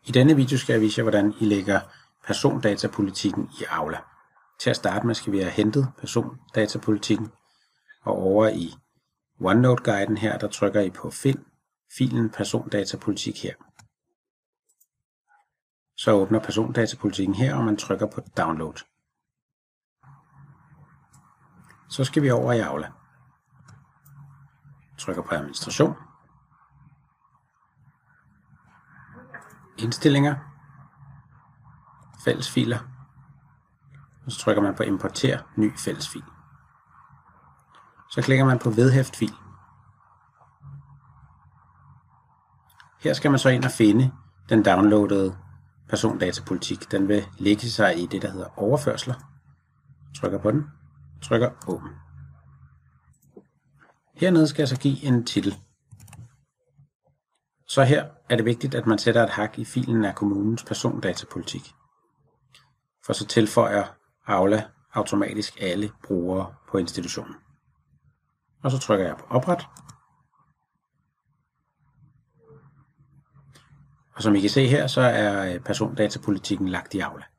I denne video skal jeg vise jer, hvordan I lægger persondatapolitikken i Aula. Til at starte med skal vi have hentet persondatapolitikken, og over i OneNote-guiden her, der trykker I på Find filen persondatapolitik her. Så åbner persondatapolitikken her, og man trykker på Download. Så skal vi over i Aula. Trykker på Administration. Indstillinger. Fællesfiler. Og så trykker man på Importer ny fællesfil. Så klikker man på Vedhæft fil. Her skal man så ind og finde den downloadede persondatapolitik. Den vil lægge sig i det, der hedder overførsler. Trykker på den. Trykker Åbn. Hernede skal jeg så give en titel. Så her er det vigtigt, at man sætter et hak i filen af kommunens persondatapolitik. For så tilføjer Aula automatisk alle brugere på institutionen. Og så trykker jeg på Opret. Og som I kan se her, så er persondatapolitikken lagt i Aula.